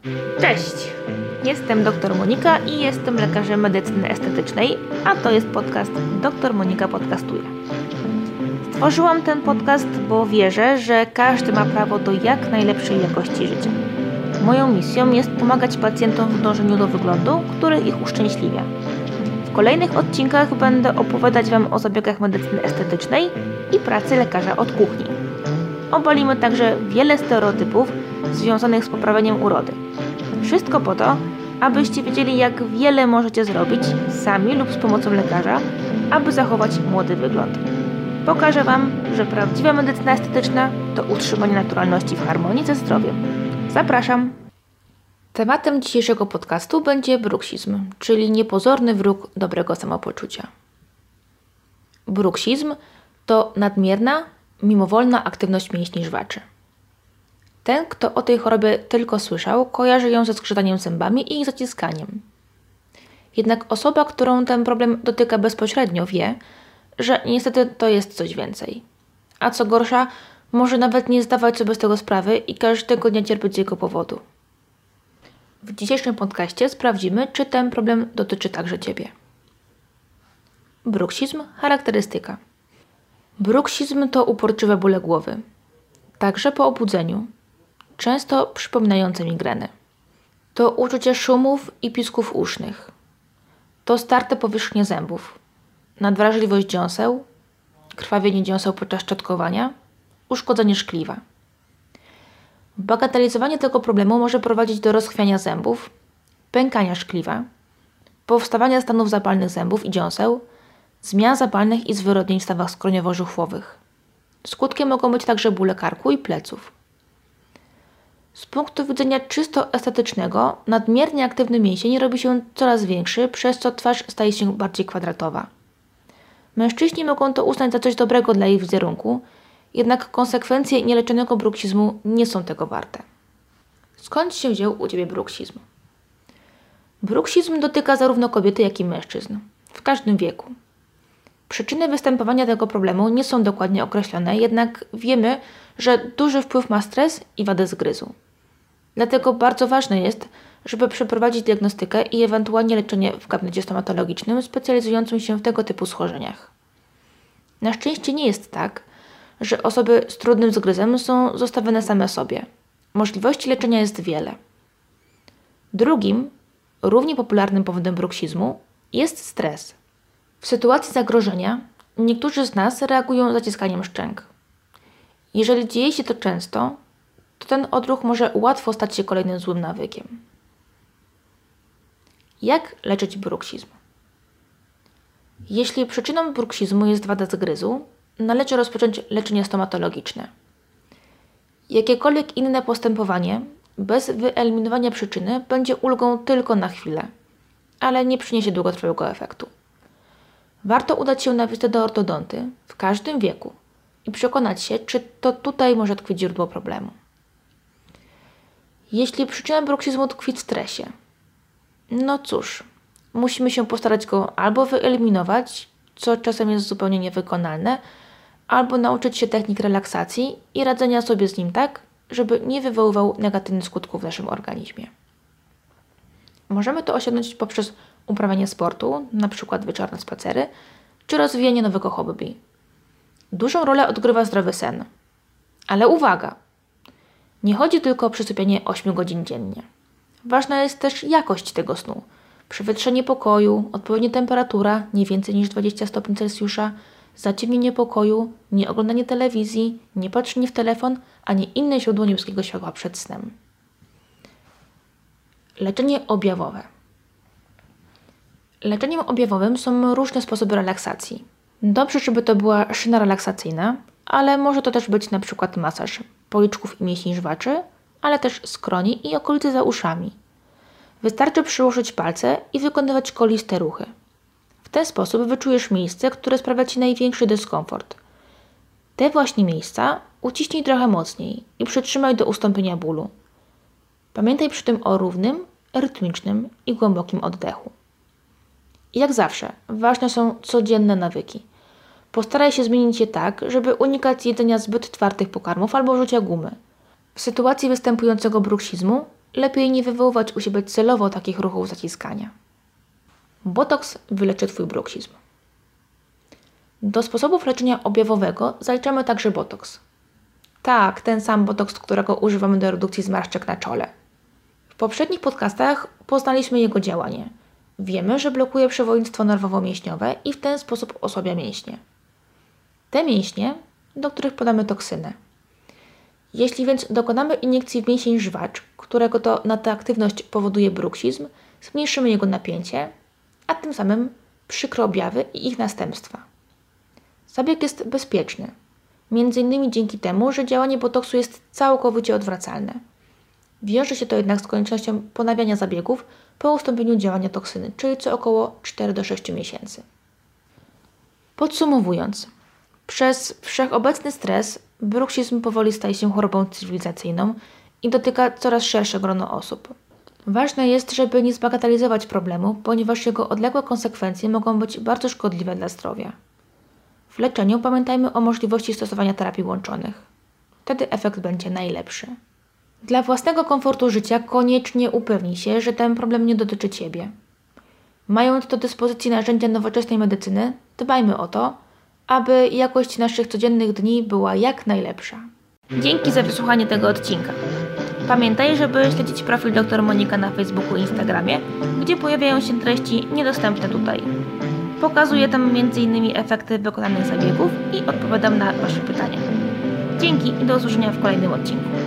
Cześć! Jestem dr Monika i jestem lekarzem medycyny estetycznej, a to jest podcast Dr Monika Podcastuje. Stworzyłam ten podcast, bo wierzę, że każdy ma prawo do jak najlepszej jakości życia. Moją misją jest pomagać pacjentom w dążeniu do wyglądu, który ich uszczęśliwia. W kolejnych odcinkach będę opowiadać Wam o zabiegach medycyny estetycznej i pracy lekarza od kuchni. Obalimy także wiele stereotypów związanych z poprawieniem urody. Wszystko po to, abyście wiedzieli, jak wiele możecie zrobić sami lub z pomocą lekarza, aby zachować młody wygląd. Pokażę Wam, że prawdziwa medycyna estetyczna to utrzymanie naturalności w harmonii ze zdrowiem. Zapraszam! Tematem dzisiejszego podcastu będzie bruksizm, czyli niepozorny wróg dobrego samopoczucia. Bruksizm to nadmierna, mimowolna aktywność mięśni żwaczy. Ten, kto o tej chorobie tylko słyszał, kojarzy ją ze skrzytaniem zębami i ich zaciskaniem. Jednak osoba, którą ten problem dotyka bezpośrednio, wie, że niestety to jest coś więcej. A co gorsza, może nawet nie zdawać sobie z tego sprawy i każdego dnia cierpieć z jego powodu. W dzisiejszym podcaście sprawdzimy, czy ten problem dotyczy także Ciebie. Bruksizm, charakterystyka. Bruksizm to uporczywe bóle głowy, także po obudzeniu, często przypominające migrenę. To uczucie szumów i pisków usznych. To starte powierzchnie zębów, nadwrażliwość dziąseł, krwawienie dziąseł podczas szczotkowania, uszkodzenie szkliwa. Bagatelizowanie tego problemu może prowadzić do rozchwiania zębów, pękania szkliwa, powstawania stanów zapalnych zębów i dziąseł, zmian zapalnych i zwyrodnień w stawach skroniowo-żuchwowych. Skutkiem mogą być także bóle karku i pleców. Z punktu widzenia czysto estetycznego, nadmiernie aktywny mięsień robi się coraz większy, przez co twarz staje się bardziej kwadratowa. Mężczyźni mogą to uznać za coś dobrego dla ich wizerunku, jednak konsekwencje nieleczonego bruksizmu nie są tego warte. Skąd się wziął u Ciebie bruksizm? Bruksizm dotyka zarówno kobiety, jak i mężczyzn, w każdym wieku. Przyczyny występowania tego problemu nie są dokładnie określone, jednak wiemy, że duży wpływ ma stres i wady zgryzu. Dlatego bardzo ważne jest, żeby przeprowadzić diagnostykę i ewentualnie leczenie w gabinecie stomatologicznym specjalizującym się w tego typu schorzeniach. Na szczęście nie jest tak, że osoby z trudnym zgryzem są zostawione same sobie. Możliwości leczenia jest wiele. Drugim, równie popularnym powodem bruksizmu jest stres. W sytuacji zagrożenia niektórzy z nas reagują zaciskaniem szczęk. Jeżeli dzieje się to często, to ten odruch może łatwo stać się kolejnym złym nawykiem. Jak leczyć bruksizm? Jeśli przyczyną bruksizmu jest wada zgryzu, należy rozpocząć leczenie stomatologiczne. Jakiekolwiek inne postępowanie bez wyeliminowania przyczyny będzie ulgą tylko na chwilę, ale nie przyniesie długotrwałego efektu. Warto udać się na wizytę do ortodonty w każdym wieku i przekonać się, czy to tutaj może tkwić źródło problemu. Jeśli przyczyna bruksizmu tkwi w stresie, no cóż, musimy się postarać go albo wyeliminować, co czasem jest zupełnie niewykonalne, albo nauczyć się technik relaksacji i radzenia sobie z nim tak, żeby nie wywoływał negatywnych skutków w naszym organizmie. Możemy to osiągnąć poprzez uprawianie sportu, np. wieczorne spacery, czy rozwijanie nowego hobby. Dużą rolę odgrywa zdrowy sen. Ale uwaga! Nie chodzi tylko o przysypianie 8 godzin dziennie. Ważna jest też jakość tego snu. Przewietrzenie pokoju, odpowiednia temperatura, nie więcej niż 20 stopni Celsjusza, zaciemnienie pokoju, nie oglądanie telewizji, nie patrzenie w telefon, ani inne źródło niebieskiego światła przed snem. Leczenie objawowe. Leczeniem objawowym są różne sposoby relaksacji. Dobrze, żeby to była szyna relaksacyjna, ale może to też być np. masaż policzków i mięśni żwaczy, ale też skroni i okolicy za uszami. Wystarczy przyłożyć palce i wykonywać koliste ruchy. W ten sposób wyczujesz miejsce, które sprawia Ci największy dyskomfort. Te właśnie miejsca uciśnij trochę mocniej i przytrzymaj do ustąpienia bólu. Pamiętaj przy tym o równym, rytmicznym i głębokim oddechu. I jak zawsze, ważne są codzienne nawyki. Postaraj się zmienić je tak, żeby unikać jedzenia zbyt twardych pokarmów albo rzucia gumy. W sytuacji występującego bruksizmu lepiej nie wywoływać u siebie celowo takich ruchów zaciskania. Botoks wyleczy Twój bruksizm. Do sposobów leczenia objawowego zaliczamy także botoks. Tak, ten sam botoks, którego używamy do redukcji zmarszczek na czole. W poprzednich podcastach poznaliśmy jego działanie. Wiemy, że blokuje przewodnictwo nerwowo-mięśniowe i w ten sposób osłabia mięśnie. Te mięśnie, do których podamy toksynę. Jeśli więc dokonamy iniekcji w mięsień żwacz, którego to nadaaktywność powoduje bruksizm, zmniejszymy jego napięcie, a tym samym przykre objawy i ich następstwa. Zabieg jest bezpieczny, m.in. dzięki temu, że działanie botoksu jest całkowicie odwracalne. Wiąże się to jednak z koniecznością ponawiania zabiegów po ustąpieniu działania toksyny, czyli co około 4 do 6 miesięcy. Podsumowując, przez wszechobecny stres bruksizm powoli staje się chorobą cywilizacyjną i dotyka coraz szersze grono osób. Ważne jest, żeby nie zbagatelizować problemu, ponieważ jego odległe konsekwencje mogą być bardzo szkodliwe dla zdrowia. W leczeniu pamiętajmy o możliwości stosowania terapii łączonych. Wtedy efekt będzie najlepszy. Dla własnego komfortu życia koniecznie upewnij się, że ten problem nie dotyczy Ciebie. Mając do dyspozycji narzędzia nowoczesnej medycyny, dbajmy o to, aby jakość naszych codziennych dni była jak najlepsza. Dzięki za wysłuchanie tego odcinka. Pamiętaj, żeby śledzić profil dr Monika na Facebooku i Instagramie, gdzie pojawiają się treści niedostępne tutaj. Pokazuję tam m.in. efekty wykonanych zabiegów i odpowiadam na Wasze pytania. Dzięki i do usłyszenia w kolejnym odcinku.